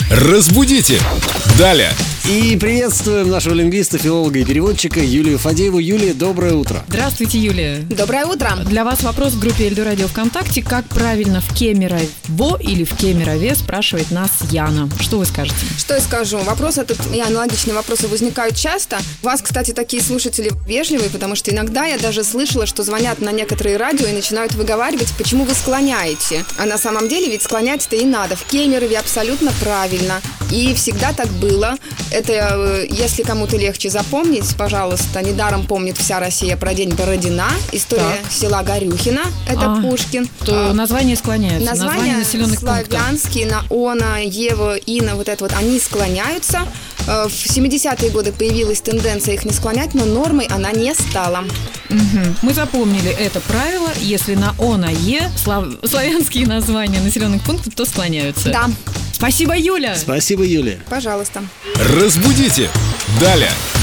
Разбудите! Далее! И приветствуем нашего лингвиста, филолога и переводчика Юлию Фадееву. Юлия, доброе утро. Здравствуйте, Юлия. Доброе утро. Для вас вопрос в группе Эльдо Радио ВКонтакте. Как правильно в Кемерово или в Кемерове, спрашивает нас Яна. Что вы скажете? Что я скажу? Вопрос этот и аналогичные вопросы возникают часто. У вас, кстати, такие слушатели вежливые, потому что иногда я даже слышала, что звонят на некоторые радио и начинают выговаривать, почему вы склоняете. А на самом деле ведь склонять-то и надо. В Кемерове абсолютно правильно. И всегда так было. Это, если кому-то легче запомнить, пожалуйста, недаром помнит вся Россия про день Бородина. История села Горюхина, это Пушкин. То названия склоняются. Названия населенных славянские, Наона, Ева, Ина, вот это вот, они склоняются. В 70-е годы появилась тенденция их не склонять, но нормой она не стала. Мы запомнили это правило. Если на О, на Е славянские названия населенных пунктов, то склоняются. Да. Спасибо, Юля. Спасибо, Юлия. Пожалуйста. Разбудите! Далее!